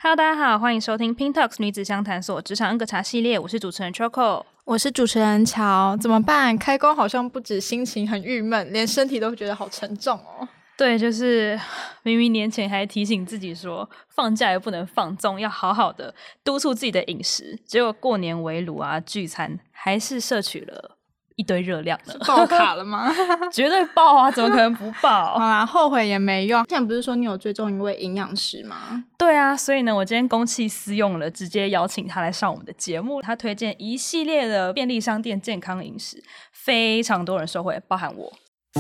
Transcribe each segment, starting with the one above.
Hello， 大家好，欢迎收听 Pink Talks 女子相谈所职场恩格茶系列，我是主持人 Choco， 我是主持人乔。怎么办？开工好像不止心情很郁闷，连身体都觉得好沉重哦。 对，就是明明年前还提醒自己说放假也不能放纵，要好好的督促自己的饮食，结果过年围炉啊聚餐还是摄取了一堆热量呢。 爆卡了吗？ 绝对爆啊，怎么可能不爆？ 好啦，后悔也没用。之前不是说你有追踪一位营养师吗？ 对啊，所以呢我今天公器私用了，直接邀请他来上我们的节目。他推荐一系列的便利商店健康饮食，非常多人受惠，包含我。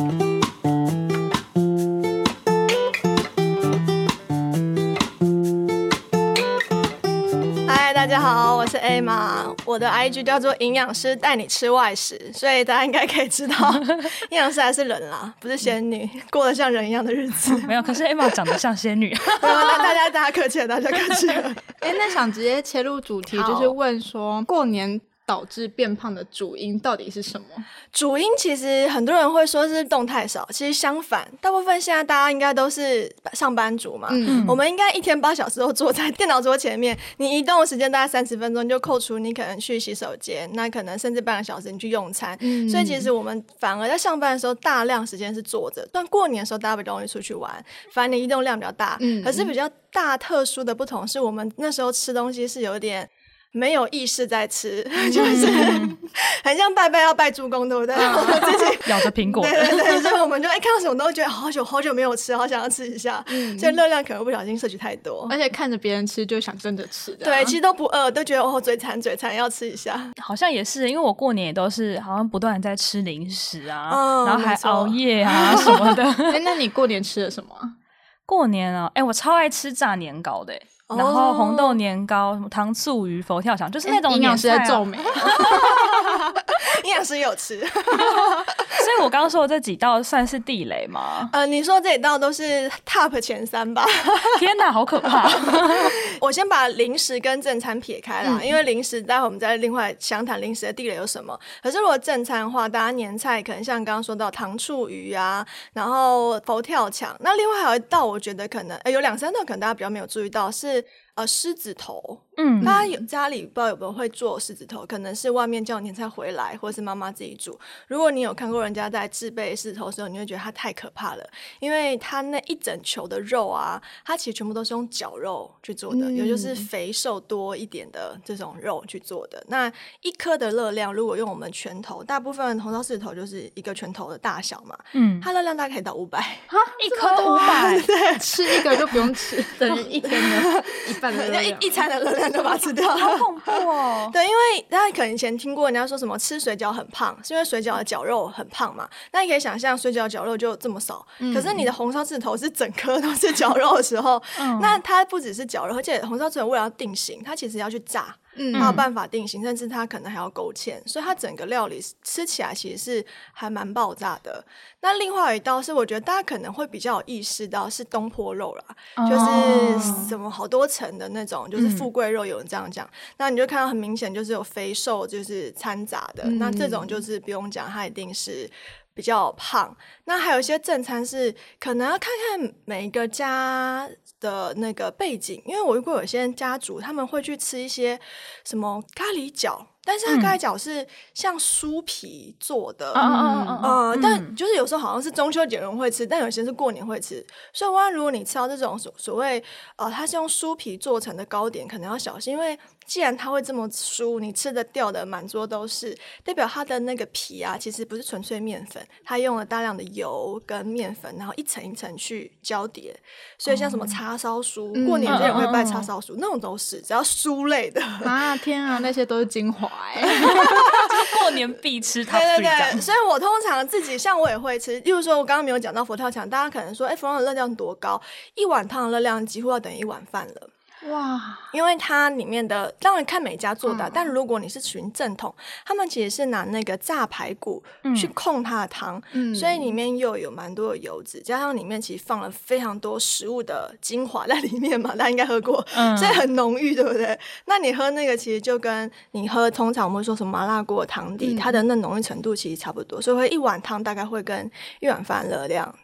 大家好，我是 Emma， 我的 IG 叫做营养师带你吃外食，所以大家应该可以知道营养师还是人啦，不是仙女，过得像人一样的日子。 没有，可是 Emma 长得像仙女。 大家客气了，大家客气了。 那想直接切入主题，就是问说过年导致变胖的主因到底是什么？ 主因其实很多人会说是动态少，其实相反，大部分现在大家应该都是上班族嘛，我们应该一天8小时都坐在电脑桌前面，你移动的时间大概30分钟，就扣除你可能去洗手间，那可能甚至半个小时你去用餐，所以其实我们反而在上班的时候大量时间是坐着，但过年的时候大家比较容易出去玩，反正你移动量比较大，可是比较大特殊的不同是我们那时候吃东西是有点没有意识在吃，就是很像拜拜要拜猪公，对不对？我自己咬着苹果， 对，所以我们就看到什么都觉得好久没有吃，好想要吃一下，所以热量可能不小心摄取太多， 而且看着别人吃就想跟着吃的。 对，其实都不饿，都觉得嘴馋要吃一下。 好像也是，因为我过年也都是好像不断在吃零食啊，然后还熬夜啊什么的。 那你过年吃了什么？ 过年啊，我超爱吃炸年糕的。然后红豆年糕、什么糖醋鱼、佛跳墙，就是那种营养师在皱眉。 营养师有吃， 所以我刚刚说的这几道算是地雷吗？ 你说这几道都是 top 前3吧？ 天哪，好可怕！ 我先把零食跟正餐撇开啦，因为零食待会我们再另外详谈零食的地雷有什么。可是如果正餐的话，大家年菜可能像刚刚说到糖醋鱼啊，然后佛跳墙，那另外还有一道我觉得可能有2-3道可能大家比较没有注意到是狮子头。大家家里不知道有没有会做狮子头，可能是外面叫年菜回来，或者是妈妈自己煮。如果你有看过人家在制备狮子头的时候，你会觉得它太可怕了，因为它那一整球的肉啊，它其实全部都是用绞肉去做的，也就是肥瘦多一点的这种肉去做的。那一颗的热量，如果用我们拳头，大部分红烧狮子头就是一个拳头的大小嘛，它热量大概可以到500。 一颗500， 对， 吃一个就不用吃，等于一天的一半的热量， 一餐的热量就把它吃掉了， 好恐怖哦！ 对，因为大家可能以前听过人家说什么吃水饺很胖，是因为水饺的绞肉很胖嘛。那你可以想象水饺绞肉就这么少，可是你的红烧狮子头是整颗都是绞肉的时候，那它不只是绞肉，而且红烧狮子头为了要定型，它其实要去炸。它有办法定型，甚至它可能还要勾芡，所以它整个料理吃起来其实是还蛮爆炸的。那另外有一道是我觉得大家可能会比较有意识到是东坡肉啦，就是什么好多层的那种，就是富贵肉，有人这样讲。那你就看到很明显就是有肥瘦就是掺杂的，那这种就是不用讲，它一定是比较胖。那还有一些正餐是可能要看看每一个家的那个背景，因为我如果有些家族他们会去吃一些什么咖喱饺，但是它咖喱饺是像酥皮做的，但就是有时候好像是中秋节人会吃，但有些是过年会吃，所以如果你吃到这种所谓它是用酥皮做成的糕点，可能要小心，因为既然它会这么酥，你吃的掉的满桌都是，代表它的那个皮啊其实不是纯粹面粉，它用了大量的油跟面粉，然后一层一层去交叠，所以像什么叉烧酥，过年有些人会拜叉烧酥，那种都是只要酥类的啊，天啊，那些都是精华就是过年必吃它。 对，所以我通常自己像我也会吃，例如说我刚刚没有讲到佛跳墙，大家可能说佛跳墙的热量多高，一碗汤的热量几乎要等于1碗饭了。 哇， 因为它里面的当然看每家做的，但如果你是循正统，他们其实是拿那个炸排骨去控它的汤，所以里面又有蛮多的油脂，加上里面其实放了非常多食物的精华在里面嘛，大家应该喝过，所以很浓郁，对不对？那你喝那个其实就跟你喝通常我们会说什么麻辣锅的汤底，它的那浓郁程度其实差不多，所以会一碗汤大概会跟一碗饭热量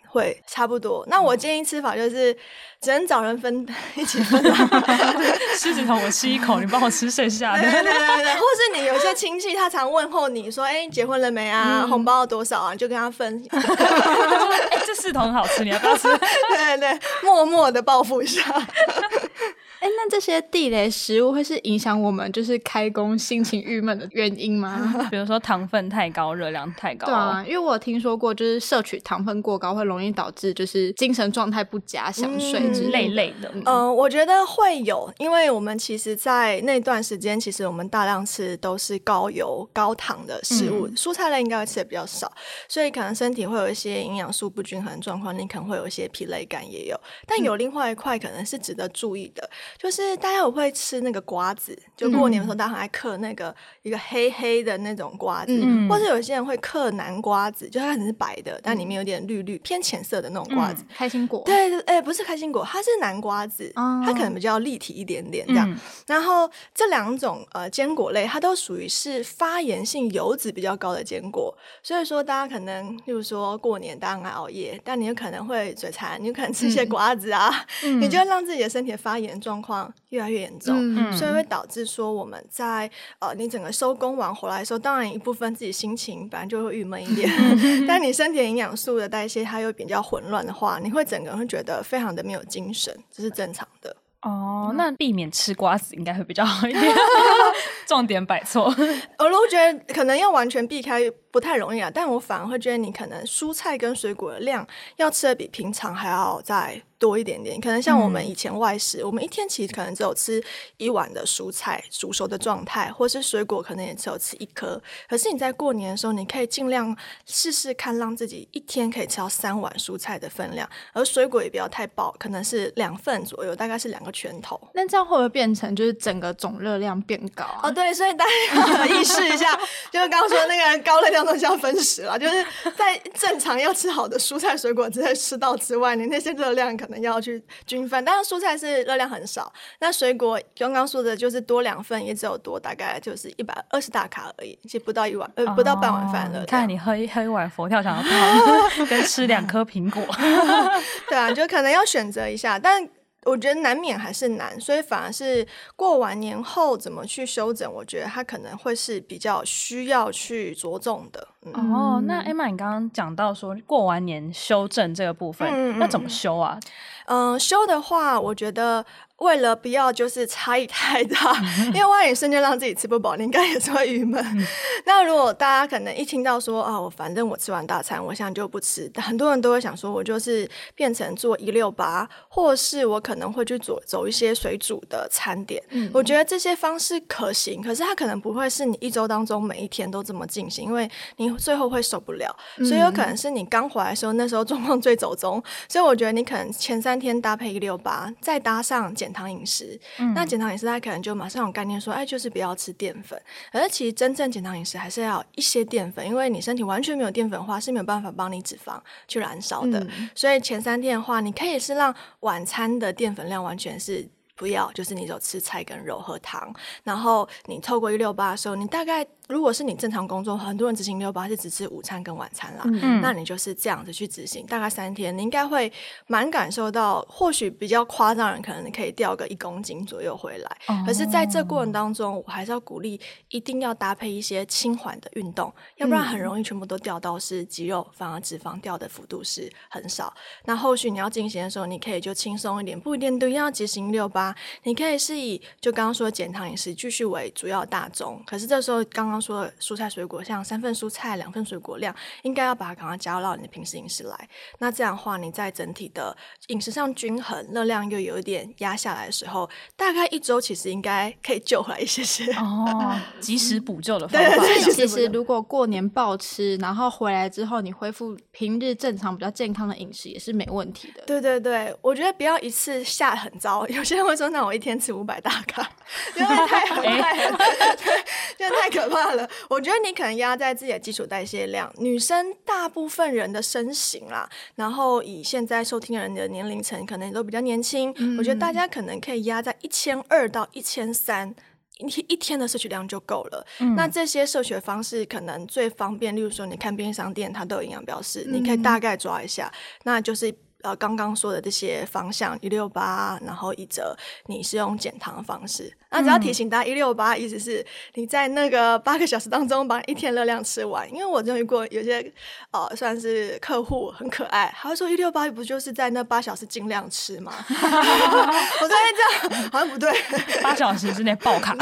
会差不多。那我建议吃法就是只能找人分一起分狮子头我吃一口，你帮我吃剩下的。 对，或是你有些亲戚他常问候你说结婚了没啊，红包多少啊，你就跟他分这狮子头很好吃，你要不要吃？ 对，默默的报复一下。 那这些地雷食物会是影响我们就是开工心情郁闷的原因吗？ 比如说糖分太高，热量太高。 对啊，因为我有听说过就是摄取糖分过高会容易导致就是精神状态不佳、想睡之类的。 我觉得会有，因为我们其实在那段时间其实我们大量吃都是高油高糖的食物，蔬菜类应该会吃的比较少，所以可能身体会有一些营养素不均衡的状况，你可能会有一些疲累感也有。但有另外一块可能是值得注意的，就是大家有会吃那个瓜子，就过年的时候大家很爱嗑那个一个黑黑的那种瓜子，或者有些人会嗑南瓜子，就它可能是白的，但里面有点绿绿偏浅色的那种瓜子， 开心果。 对，不是开心果，它是南瓜子，它可能比较立体一点点这样。然后这两种坚果类，它都属于是发炎性油脂比较高的坚果，所以说大家可能例如说过年大家很爱熬夜，但你有可能会嘴馋，你有可能吃一些瓜子啊，你就会让自己的身体的发炎状况越来越严重，所以会导致说我们在你整个收工完回来的时候，当然一部分自己心情本来就会郁闷一点但你身体的营养素的代谢它又比较混乱的话，你会整个人会觉得非常的没有精神，这是正常的。 那避免吃瓜子应该会比较好一点重点摆错。 我觉得可能要完全避开不太容易啊，但我反而会觉得你可能蔬菜跟水果的量要吃的比平常还要再多一点点。可能像我们以前外食，我们一天其实可能只有吃1碗的蔬菜煮熟的状态，或是水果可能也只有吃1颗。可是你在过年的时候，你可以尽量试试看，让自己一天可以吃到3碗蔬菜的分量，而水果也不要太爆，可能是2份左右，大概是2个拳头。 那这样会不会变成就是整个总热量变高啊？ 对，所以大家要意识一下，就是刚刚说那个高热量东西要分食了，就是在正常要吃好的蔬菜水果之类吃到之外，你那些热量可能要去均分。当然蔬菜是热量很少，那水果刚刚说的就是多2份，也只有多大概就是120大卡而已，其实不到1碗，不到半碗饭了。 看你喝一碗佛跳墙的汤跟吃2颗苹果对啊，就可能要选择一下，但我觉得难免还是难，所以反而是过完年后怎么去修整，我觉得它可能会是比较需要去着重的。 那 Emma 你刚刚讲到说过完年修正这个部分，那怎么修啊？ 修的话我觉得为了不要就是差异太大因为万一瞬间让自己吃不饱，你应该也是会郁闷那如果大家可能一听到说反正我吃完大餐我现在就不吃，很多人都会想说我就是变成做168，或是我可能会去走一些水煮的餐点我觉得这些方式可行，可是它可能不会是你1周当中每一天都这么进行，因为你最后会受不了，所以有可能是你刚回来的时候那时候状况最走中，所以我觉得你可能前3天搭配168，再搭上减糖饮食那减糖饮食它可能就马上有概念说就是不要吃淀粉，而其实真正减糖饮食还是要有一些淀粉，因为你身体完全没有淀粉的话是没有办法帮你脂肪去燃烧的所以前3天的话你可以是让晚餐的淀粉量完全是不要，就是你只有吃菜跟肉喝汤，然后你透过168的时候，你大概如果是你正常工作，很多人执行168是只吃午餐跟晚餐啦那你就是这样子去执行，大概3天你应该会蛮感受到，或许比较夸张的人可能你可以掉个1公斤左右回来可是在这过程当中我还是要鼓励一定要搭配一些轻缓的运动要不然很容易全部都掉到是肌肉，反而脂肪掉的幅度是很少，那后续你要进行的时候你可以就轻松一点，不一定都要执行168，你可以是以就刚刚说的减糖饮食继续为主要大宗，可是这时候刚刚说的蔬菜水果像3份蔬菜2份水果量应该要把它赶快加入到你的平时饮食来，那这样的话你在整体的饮食上均衡，热量又有一点压下来的时候，大概1周其实应该可以救回来一些及时补救的方法其实如果过年暴吃然后回来之后你恢复平日正常比较健康的饮食也是没问题的。 对，我觉得不要一次下很糟，有些人会说那我一天吃500大卡因为太可怕了我觉得你可能压在自己的基础代谢量，女生大部分人的身形啦，然后以现在收听的人的年龄层可能都比较年轻我觉得大家可能可以压在1200到1300 一天的摄取量就够了。那这些摄取的方式可能最方便，例如说你看便利商店它都有营养标示，你可以大概抓一下，那就是刚刚说的这些方向168，然后1折你是用减糖的方式。那只要提醒大家168意思是你在那个8个小时当中把一天热量吃完。因为我就遇过有些算是客户很可爱，他会说168不就是在那8小时尽量吃吗？我说这样好像不对 ，8小时之内爆卡， 对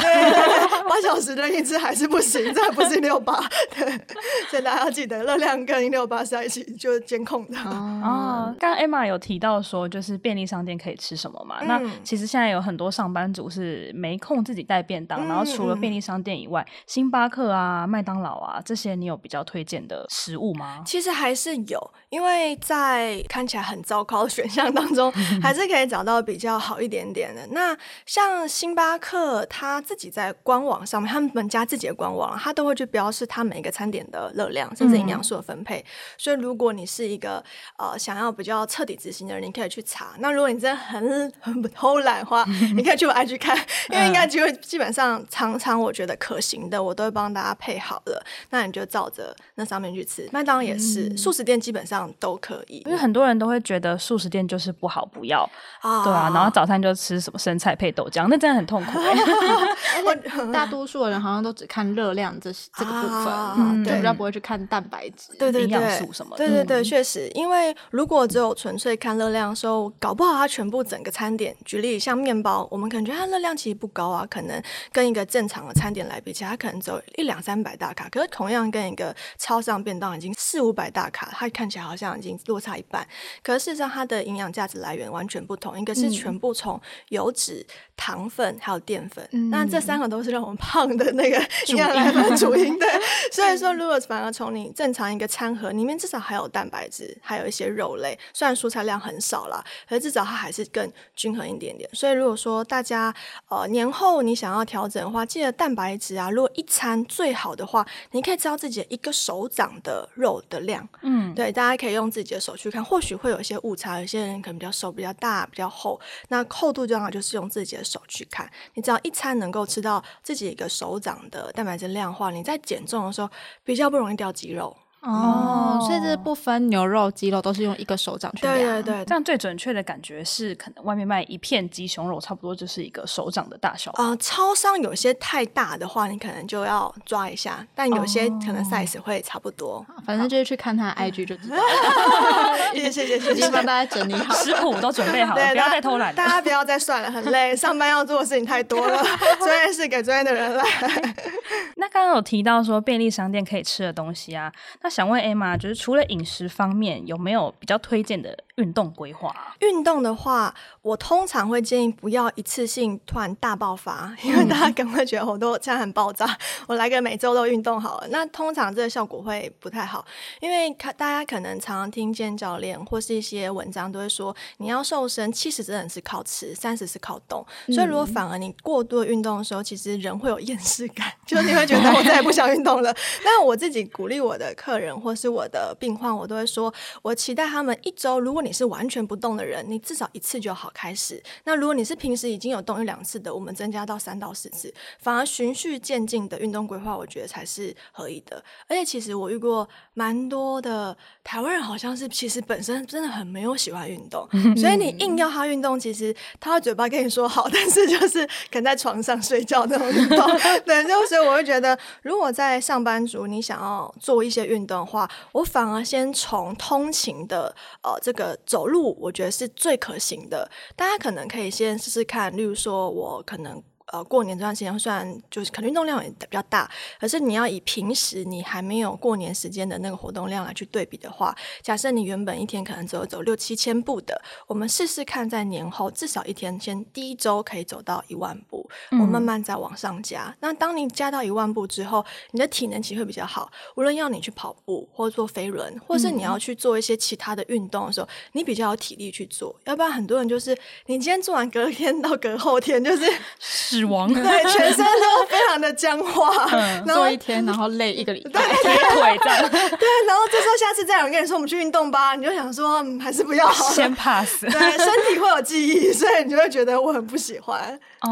，8小时内一吃还是不行，这不是168。对，所以大家要记得热量跟168是要一起就监控的。 刚刚 Emma 有提到说就是便利商店可以吃什么嘛，那其实现在有很多上班族是没空自己带便当，然后除了便利商店以外，星巴克啊、麦当劳啊这些，你有比较推荐的食物吗？ 其实还是有，因为在看起来很糟糕的选项当中还是可以找到比较好一点点的。那像星巴克他自己在官网上面，他们家自己的官网他都会去标示他每一个餐点的热量甚至营养素的分配，所以如果你是一个想要比较彻底执行的人，你可以去查。那如果你真的很偷懒的话你可以去我 IG 看，因为应该基本上常常我觉得可行的我都会帮大家配好了，那你就照着那上面去吃。麦当劳也是，素食店基本上都可以， 因为很多人都会觉得素食店就是不好，不要对啊，然后早餐就吃什么生菜配豆浆，那真的很痛苦而且大多数的人好像都只看热量这个部分，就比较不会去看蛋白质、 营养素什么的。 对对对，确实，因为如果只有纯粹看热量的时候，搞不好它全部整个餐点，举例像面包，我们可能觉得它热量其实不高啊，可能跟一个正常的餐点来比起来，它可能只有100-300大卡，可是同样跟一个超商便当已经400-500大卡，它看起来好像已经落差一半，可是事实上它的营养价值来源完全不同，一个是全部从油脂、糖分还有淀粉，那这3个都是让我们胖的那个营养来源主因。对，所以说如果反而从你正常一个餐盒里面至少还有蛋白质，还有一些肉类，虽然蔬菜量很少啦，可是至少它还是更均衡一点点。所以如果说大家年后你想要调整的话，记得蛋白质啊，如果一餐最好的话，你可以知道自己一个手掌的肉的量，对，大家可以用自己的手去看，或许会有一些误差，有些人可能比较手比较大比较厚，那厚度最好就是用自己的手去看，你只要一餐能够吃到自己一个手掌的蛋白质量的话，你在减重的时候比较不容易掉肌肉。 所以这不分牛肉鸡肉，都是用一个手掌去量。 对对对， 这样最准确的感觉是可能外面卖一片鸡胸肉差不多就是一个手掌的大小。 超商有些太大的话你可能就要抓一下，但有些可能 size 会差不多， 反正就是去看他的 IG 就知道了。 谢谢已经帮大家整理好， 食谱都准备好了，不要再偷懒了。 大家不要再算了，很累，上班要做的事情太多了，专业是给专业的人来。 那刚刚有提到说便利商店可以吃的东西啊，那想问 Emma， 就是除了饮食方面，有没有比较推荐的运动规划？ 运动的话，我通常会建议不要一次性突然大爆发，因为大家可能会觉得我都现在很爆炸，我来个每周都运动好了，那通常这个效果会不太好，因为大家可能常常听健教练或是一些文章都会说，你要瘦身70真的是靠吃，30是靠动，所以如果反而你过度的运动的时候，其实人会有厌世感，就是你会觉得我再也不想运动了。那我自己鼓励我的客人或是我的病患，我都会说，我期待他们一周，如果你是完全不动的人，你至少1次就好开始，那如果你是平时已经有动1-2次的，我们增加到3到4次，反而循序渐进的运动规划我觉得才是合理的。而且其实我遇过蛮多的台湾人，好像是其实本身真的很没有喜欢运动，所以你硬要他运动，其实他会嘴巴跟你说好，但是就是可能在床上睡觉那种运动。对，所以我会觉得如果在上班族你想要做一些运动的话，我反而先从通勤的这个走路我觉得是最可行的。大家可能可以先试试看，例如说我可能过年这段时间虽然就是可能运动量也比较大，可是你要以平时你还没有过年时间的那个活动量来去对比的话，假设你原本一天可能只有走6-7千步的，我们试试看在年后至少一天先第1周可以走到1万步，我慢慢再往上加。那当你加到1万步之后，你的体能其实会比较好，无论要你去跑步或做飞轮，或是你要去做一些其他的运动的时候，你比较有体力去做，要不然很多人就是你今天做完隔天到隔后天就是死亡， 对，全身都非常的僵化， 做一天然后累1个礼拜， 铁腿这样。 对，然后这时候下次再有人跟你说我们去运动吧，你就想说还是不要好了， 先 pass。 对，身体会有记忆，所以你就会觉得我很不喜欢。 像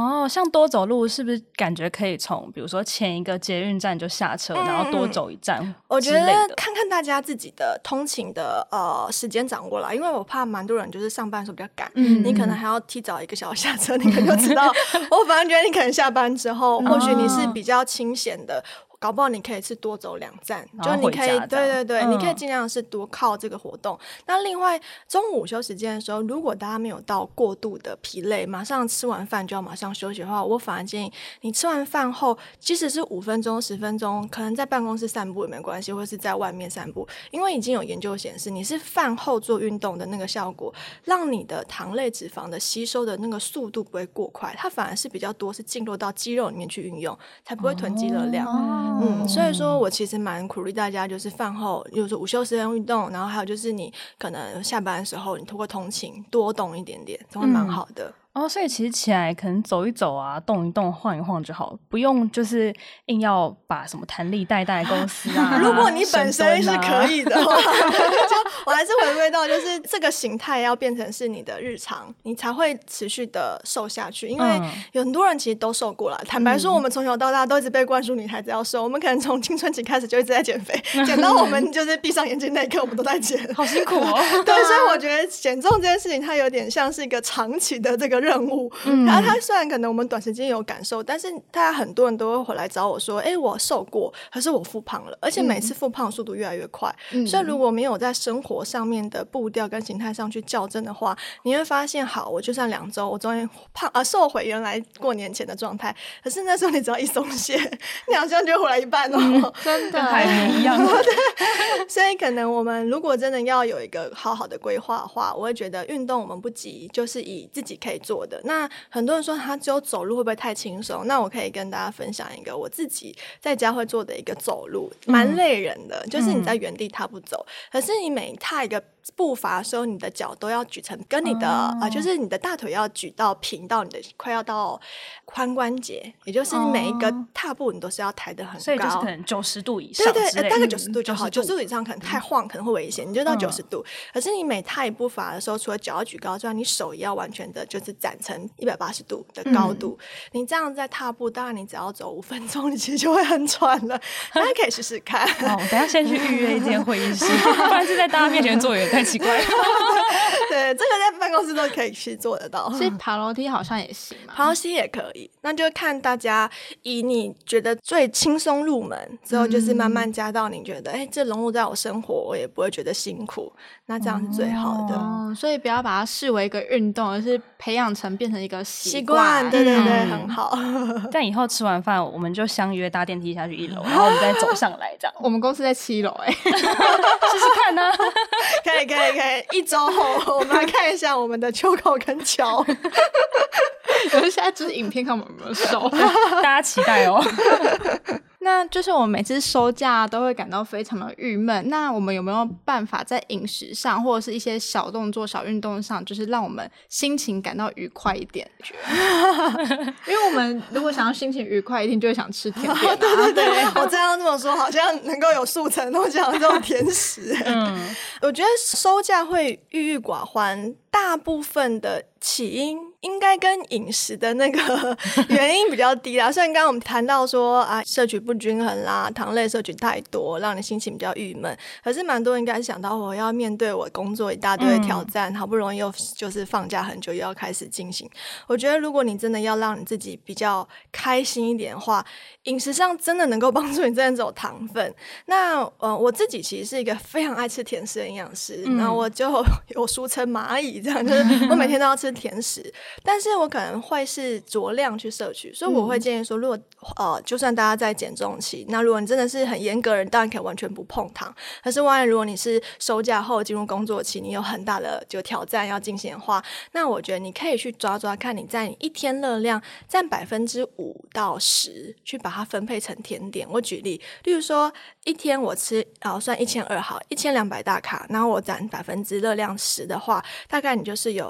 样多走路是不是感觉可以从比如说前一个捷运站就下车，然后多走一站之类的？ 我觉得看看大家自己的通勤的时间掌握啦，因为我怕蛮多人就是上班的时候比较赶，你可能还要提早1个小时下车，你可能就知道。我反正觉得你可能下班之后，或许你是比较清闲的。搞不好你可以是多走2站，就你可以对，你可以尽量是多靠这个活动。那另外中午午休时间的时候，如果大家没有到过度的疲累，马上吃完饭就要马上休息的话，我反而建议你吃完饭后，即使是5分钟10分钟，可能在办公室散步也没关系，或是在外面散步，因为已经有研究显示，你是饭后做运动的那个效果，让你的糖类脂肪的吸收的那个速度不会过快，它反而是比较多是进入到肌肉里面去运用，才不会囤积热量。所以说我其实蛮鼓励大家，就是饭后，就是午休时间运动，然后还有就是你可能下班的时候，你通过通勤多动一点点，都会蛮好的。 所以其实起来可能走一走啊，动一动，晃一晃就好，不用就是硬要把什么弹力带带公司啊。 如果你本身是可以的话，就我还是回归到就是这个形态要变成是你的日常，你才会持续的瘦下去。因为有很多人其实都瘦过了，坦白说，我们从小到大都一直被灌输女孩子要瘦，我们可能从青春期开始就一直在减肥，减到我们就是闭上眼睛那一刻，我们都在减， 好辛苦哦。 对，所以我觉得减重这件事情，它有点像是一个长期的这个任务。然后它虽然可能我们短时间有感受，但是大家很多人都会回来找我说，我瘦过，可是我复胖了，而且每次复胖的速度越来越快。所以如果没有在生活上面的步调跟形态上去校正的话，你会发现，好，我就算2周，我终于瘦回原来过年前的状态，可是那时候你只要一松懈，你好像就回来一半哦， 真的跟海绵一样。 所以可能我们如果真的要有一个好好的规划的话，我会觉得运动我们不急，就是以自己可以做的。那很多人说他只有走路会不会太轻松？那我可以跟大家分享一个我自己在家会做的一个走路，蛮累人的，就是你在原地踏步走，可是你每踏一个步伐的时候，你的脚都要举成跟你的就是你的大腿要举到平到你的快要到髋关节，也就是你每一个踏步你都是要抬得很高， 所以就是可能90度以上之类的， 对，大概90度就好，90度以上可能太晃可能会危险，你就到90度。可是你每踏一步伐的时候，除了脚要举高之外，你手也要完全的就是展成180度的高度。你这样在踏步，当然你只要走5分钟，你其实就会很喘了。大家可以试试看。 我等一下先去预约一间会议室，不然是在大家面前做也太奇怪了。 对，这个在办公室都可以去做得到。 所以爬楼梯好像也行嘛， 爬楼梯也可以，那就看大家以你觉得最轻松入门之后，就是慢慢加到你觉得这融入在我生活，我也不会觉得辛苦，那这样是最好的。 所以不要把它视为一个运动，而是培养成变成一个习惯。对，很好。 但以后吃完饭我们就相约搭电梯下去1楼，然后我们再走上来这样。 我们公司在7楼试试看啊。 可以，1周后我们来看一下我们的秋口跟乔。 可是现在就是影片看我们有没有瘦， 大家期待哦。 那就是我们每次收假都会感到非常的郁闷，那我们有没有办法在饮食上或者是一些小动作小运动上，就是让我们心情感到愉快一点？因为我们如果想要心情愉快，一定就会想吃甜点。 对，我这样这么说好像能够有速成都讲这种甜食。我觉得收假会郁郁寡欢，大部分的起因应该跟饮食的那个原因比较低啦。虽然刚刚我们谈到说摄取不均衡啦，糖类摄取太多让你心情比较郁闷，可是蛮多人应该是想到我要面对我工作一大堆的挑战，好不容易又就是放假很久又要开始进行。我觉得如果你真的要让你自己比较开心一点的话，饮食上真的能够帮助你真的走糖分。那我自己其实是一个非常爱吃甜食的营养师，然后我就有俗称蚂蚁这样，就是我每天都要吃甜食，但是我可能会是酌量去摄取，所以我会建议说，如果就算大家在减重期，那如果你真的是很严格的人，当然可以完全不碰糖。可是万一如果你是收假后进入工作期，你有很大的就挑战要进行的话，那我觉得你可以去抓看你在你一天热量占5%到10%，去把它分配成甜点。我举例如说一天我吃算1200好，1200大卡，然后我占热量10%的话，大概你就是有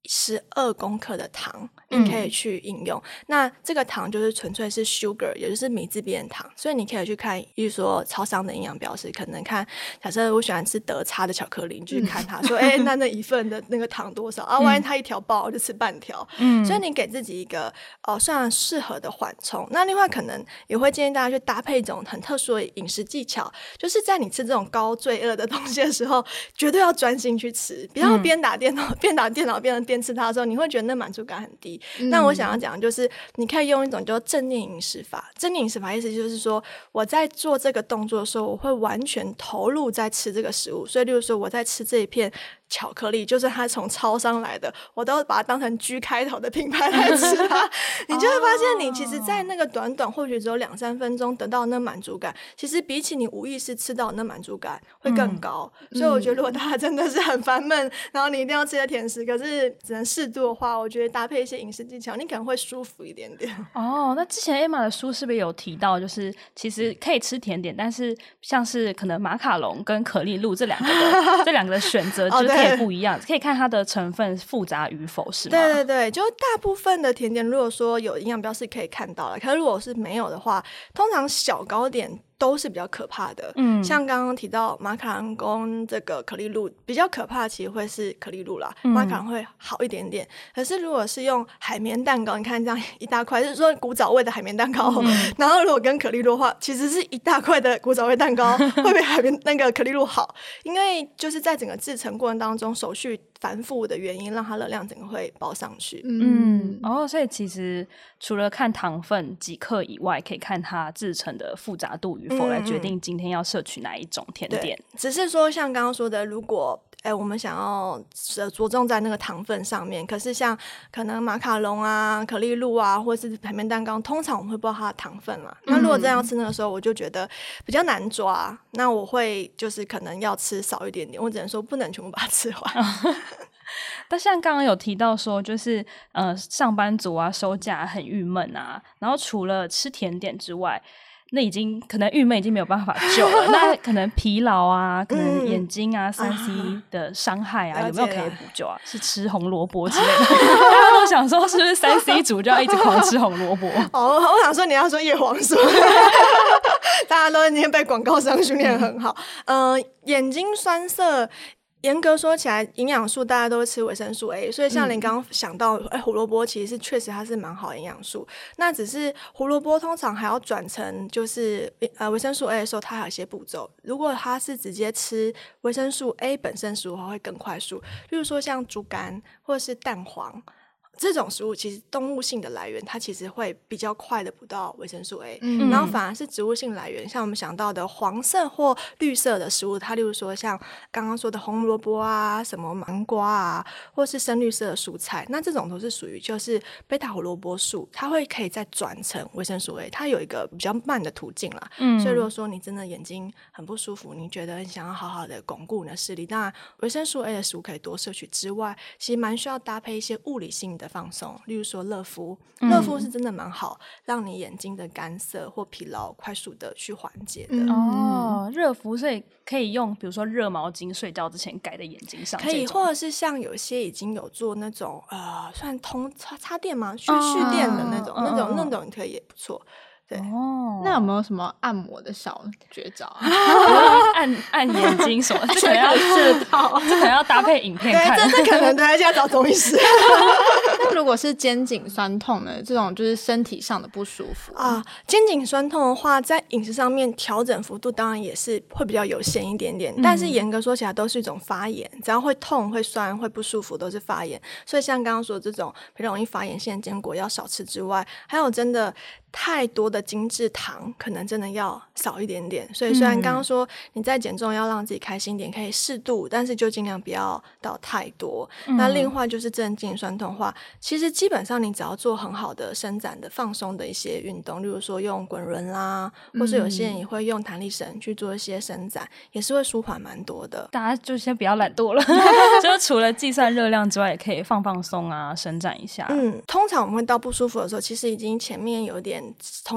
12公克的糖，你可以去饮用。那这个糖就是纯粹是 sugar， 也就是米字边的糖，所以你可以去看，比如说超商的营养标识，可能看，假设我喜欢吃德差的巧克力，你就去看它说，那一份的那个糖多少啊？万一它一条爆，我就吃半条。所以你给自己一个算适合的缓冲。那另外可能也会建议大家去搭配一种很特殊的饮食技巧，就是在你吃这种高罪恶的东西的时候，绝对要专心去吃，不要边打电脑边吃它的时候，你会觉得那满足感很低。那我想要讲就是你可以用一种叫正念饮食法。正念饮食法意思就是说，我在做这个动作的时候，我会完全投入在吃这个食物。所以例如说我在吃这一片巧克力，就是它从超商来的，我都把它当成 G 开头的品牌来吃它你就会发现你其实在那个短或许只有2-3分钟得到那满足感，其实比起你无意识吃到那满足感会更高。所以我觉得如果大家真的是很烦闷，然后你一定要吃些甜食，可是只能适度的话，我觉得搭配一些饮食技巧，你可能会舒服一点点。 那之前 Emma 的书是不是有提到，就是其实可以吃甜点，但是像是可能马卡龙跟可丽露这两个的选择就是可以不一样，可以看它的成分复杂与否，是吗？ 对对对，就大部分的甜点如果说有营养标示可以看到了，可是如果是没有的话，通常小糕点都是比较可怕的。像刚刚提到马卡龙跟这个可丽露，比较可怕的其实会是可丽露啦，马卡龙会好一点点。可是如果是用海绵蛋糕，你看这样一大块，就是说古早味的海绵蛋糕，然后如果跟可丽露的话，其实是一大块的古早味蛋糕会比海绵那个可丽露好，因为就是在整个制成过程当中手续繁复的原因，让它热量整个会包上去。 所以其实除了看糖分几克以外，可以看它制成的复杂度与否来决定今天要摄取哪一种甜点。 只是说像刚刚说的，如果我们想要着重在那个糖分上面，可是像可能马卡龙啊、可丽露啊，或是海绵蛋糕，通常我们会不知道它的糖分嘛。那如果真要吃那个时候，我就觉得比较难抓，那我会就是可能要吃少一点点，我只能说不能全部把它吃完。 但像刚刚有提到说，就是上班族啊收假很郁闷啊，然后除了吃甜点之外，那已经可能郁闷已经没有办法救了那可能疲劳啊，可能眼睛啊3C 的伤害啊，有没有可以补救啊？是吃红萝卜之类的大家都想说是不是3C 族就要一直狂吃红萝卜我想说你要说叶黄素大家都今天被广告商训练很好。眼睛酸涩严格说起来，营养素大家都会吃维生素 A， 所以像你刚刚想到，胡萝卜其实是确实它是蛮好的营养素。那只是胡萝卜通常还要转成就是维生素 A 的时候，它还有一些步骤。如果它是直接吃维生素 A 本身食物的话，会更快速。例如说像猪肝或者是蛋黄。这种食物其实动物性的来源，它其实会比较快的补到维生素 A，然后反而是植物性来源，像我们想到的黄色或绿色的食物，它例如说像刚刚说的红萝卜啊、什么芒瓜啊，或是深绿色的蔬菜，那这种都是属于就是贝塔胡萝卜素，它会可以再转成维生素 A， 它有一个比较慢的途径啦。所以如果说你真的眼睛很不舒服，你觉得你想要好好的巩固你的视力，当然维生素 A 的食物可以多摄取之外，其实蛮需要搭配一些物理性的放松，例如说热敷是真的蛮好，让你眼睛的干涩或疲劳快速的去缓解的。 热敷，所以可以用比如说热毛巾睡觉之前盖在眼睛上， 可以，或者是像有些已经有做那种算插电吗？蓄电的那种可以也不错。对那有没有什么按摩的小绝招啊？ 按眼睛什么？这可能要这可能要搭配影片看。 对，这可能大家要找中医师。 那如果是肩颈酸痛呢？这种就是身体上的不舒服啊。肩颈酸痛的话，在饮食上面调整幅度当然也是会比较有限一点点，但是严格说起来都是一种发炎，只要会痛、会酸、会不舒服都是发炎。所以像刚刚说这种比较容易发炎性的坚果要少吃之外，还有真的太多的精致糖可能真的要少一点点。所以虽然刚刚说你在减重要让自己开心一点，可以适度，但是就尽量不要到太多。那另外就是肩颈酸痛的话，其实基本上你只要做很好的伸展的放松的一些运动，例如说用滚轮啦，或是有些人也会用弹力绳去做一些伸展，也是会舒缓蛮多的。 大家就先不要懒惰了就除了计算热量之外，也可以放松啊，伸展一下。 通常我们会到不舒服的时候，其实已经前面有点同样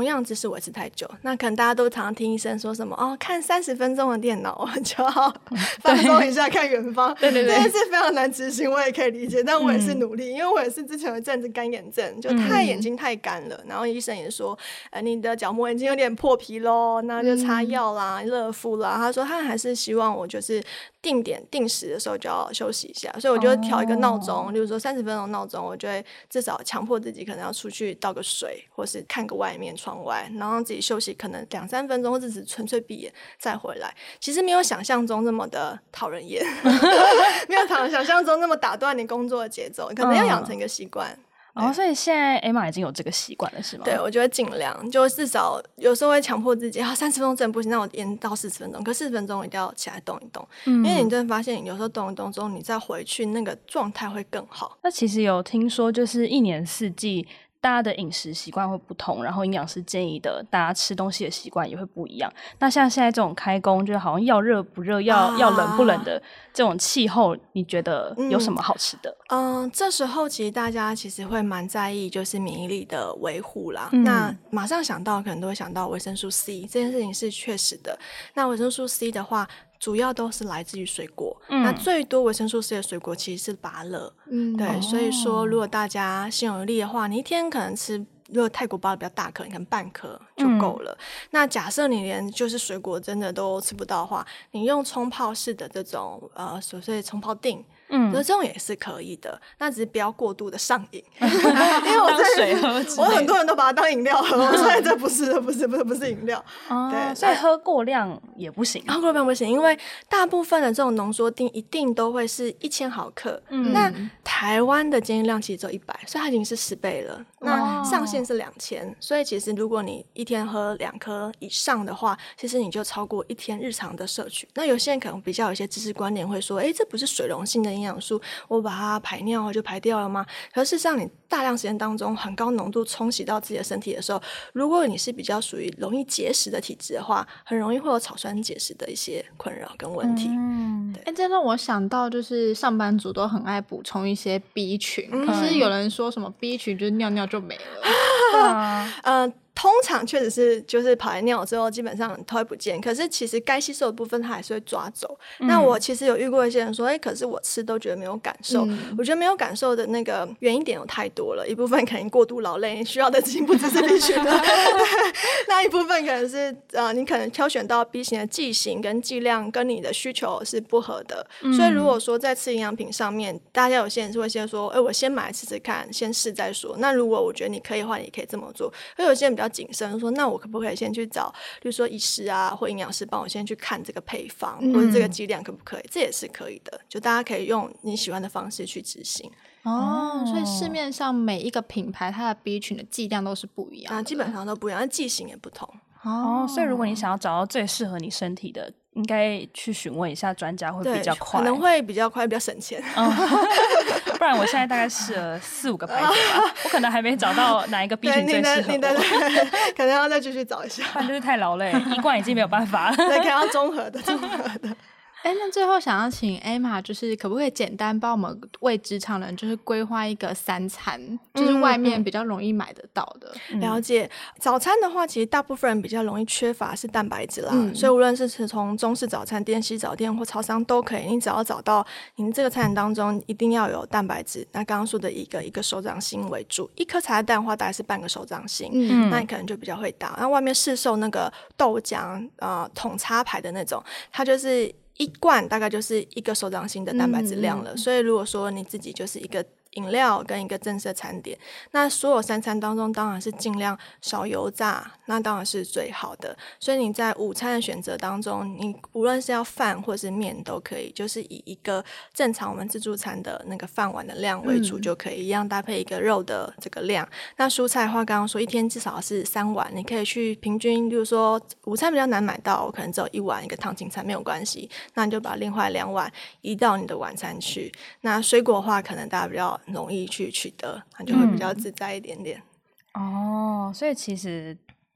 样的姿势维持太久，那可能大家都常常听医生说什么看30分钟的电脑就要放松一下看远方对对对， 这件事非常难执行，我也可以理解，但我也是努力，因为我也是之前有一阵子干眼症，就眼睛太干了，然后医生也说你的角膜已经有点破皮咯，那就擦药啦热敷啦，他说他还是希望我就是定点定时的时候就要休息一下，所以我就调一个闹钟，例如说30分钟闹钟，我就会至少强迫自己可能要出去倒个水，或是看个外面窗外，然后让自己休息可能2-3分钟，或者只纯粹闭眼再回来。其实没有想象中那么的讨人厌没有想象中那么打断你工作的节奏，可能要养成一个习惯。 所以现在 Emma 已经有这个习惯了是吗？ 对，我觉得尽量就至少有时候会强迫自己30分钟真的不行，那我延到40分钟，可40分钟我一定要起来动一动，因为你真的发现有时候动一动之后你再回去那个状态会更好。 那其实有听说就是1年4季大家的饮食习惯会不同，然后营养师建议的大家吃东西的习惯也会不一样。那像现在这种开工就是好像要热不热要冷不冷的这种气候，你觉得有什么好吃的？ 这时候其实大家其实会蛮在意就是免疫力的维护啦，那马上想到可能都会想到维生素 C 这件事情是确实的。那维生素 C 的话主要都是来自于水果，那最多维生素 C 的水果其实是芭乐，对，所以说如果大家心有余力的话，你一天可能吃，如果泰国芭乐比较大颗，你可能半颗就够了。那假设你连就是水果真的都吃不到的话，你用冲泡式的这种所谓冲泡锭，这种也是可以的，那只是不要过度的上瘾因为我当水喝之类的， 我很多人都把它当饮料喝，所以这不是饮料，对， 所以喝过量也不行， 喝过量不行，因为大部分的这种浓缩锭一定都会是1000毫克，那台湾的建议量其实只有100，所以它已经是10倍了，那上限是2000，所以其实如果你一天喝2颗以上的话，其实你就超过一天日常的摄取。那有些人可能比较有些知识观念会说这不是水溶性的营养素，我把它排尿就排掉了吗？可是事实上你大量时间当中很高浓度冲洗到自己的身体的时候，如果你是比较属于容易结石的体质的话，很容易会有草酸结石的一些困扰跟问题。 这让我想到就是上班族都很爱补充一些 B 群，可是有人说什么 B 群就是尿尿就没了通常确实是就是跑来尿之后基本上都会不见，可是其实该吸收的部分它还是会抓走。那我其实有遇过一些人说可是我吃都觉得没有感受，我觉得没有感受的那个原因点有太多了，一部分可能过度劳累需要的资金不只是 B 群的那一部分可能是你可能挑选到 B 型的剂型跟剂量跟你的需求是不合的，所以如果说在吃营养品上面，大家有些人是会先说我先买来吃吃看，先试再说，那如果我觉得你可以的话你也可以这么做，而有些人比较谨慎说那我可不可以先去找比如说医师啊或营养师帮我先去看这个配方或者这个剂量可不可以，这也是可以的，就大家可以用你喜欢的方式去执行。 所以市面上每一个品牌它的 B 群的剂量都是不一样的， 基本上都不一样，剂型也不同。 所以如果你想要找到最适合你身体的，应该去询问一下专家会比较快， 可能会比较快比较省钱不然我现在大概试了4-5个牌子吧我可能还没找到哪一个 B 群最适合我可能要再继续找一下， 不然就是太劳累，一罐已经没有办法了对，可能要综合的那最后想要请 Emma 就是可不可以简单帮我们为职场人就是规划一个3餐，就是外面比较容易买得到的。 了解。早餐的话其实大部分人比较容易缺乏是蛋白质啦，所以无论是从中式早餐店、西早店或超商都可以，你只要找到你这个餐点当中一定要有蛋白质，那刚刚说的一个手掌心为主，一颗茶叶蛋的话大概是半个手掌心，那你可能就比较会打。那外面市售那个豆浆统插牌的那种，它就是一罐大概就是1个手掌心的蛋白质量了，所以如果说你自己就是一个饮料跟一个正式餐点，那所有3餐当中当然是尽量少油炸，那当然是最好的。所以你在午餐的选择当中，你无论是要饭或是面都可以，就是以一个正常我们自助餐的那个饭碗的量为主就可以，一样搭配一个肉的这个量。那蔬菜的话刚刚说一天至少是3碗，你可以去平均，例如说午餐比较难买到，我可能只有1碗一个烫青菜没有关系，那你就把另外2碗移到你的晚餐去。那水果的话可能大家比较容易去取得，它就会比较自在一点点。 所以其实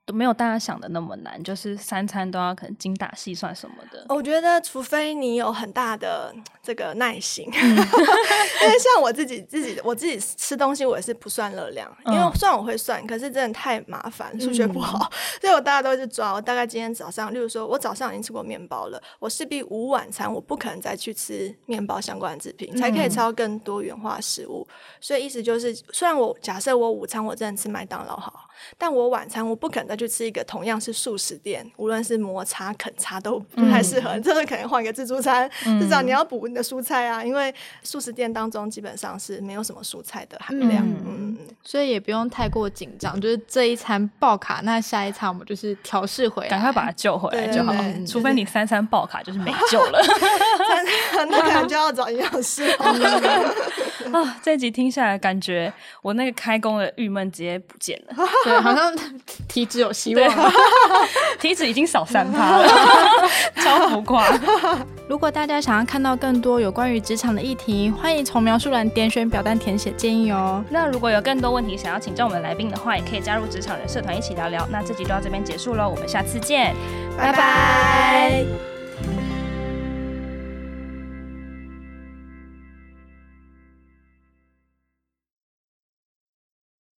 都没有大家想的那么难，就是3餐都要可能精打细算什么的。 我觉得除非你有很大的这个耐心，因为像我自己吃东西我也是不算热量，因为虽然我会算，可是真的太麻烦，数学不好，所以我大家都是抓。我大概今天早上，例如说我早上已经吃过面包了，我势必午晚餐我不可能再去吃面包相关的制品，才可以吃到更多元化食物。所以意思就是，虽然我假设我午餐我真的吃麦当劳好，但我晚餐我不可能再去吃一个同样是素食店，无论是摩擦肯叉都不太适合，真的可能换一个自助餐，至少你要补你的蔬菜啊，因为素食店当中基本上是没有什么蔬菜的含量， 所以也不用太过紧张，就是这一餐爆卡，那下一餐我们就是调试回来， 赶快把它救回来就好， 对除非你3餐爆卡就是没救了。 那可能就要找营养师啊，这集听下来感觉我那个开工的郁闷直接不见了。 对，好像体脂有希望了， 体脂已经少3%了，超浮夸。 如果大家想要看到更多有关于职场的议题，欢迎从描述栏点选表单填写建议哦。 那如果有更多问题想要请教我们来宾的话，也可以加入职场人社团一起聊聊。那这集就到这边结束咯，我们下次见， 拜拜。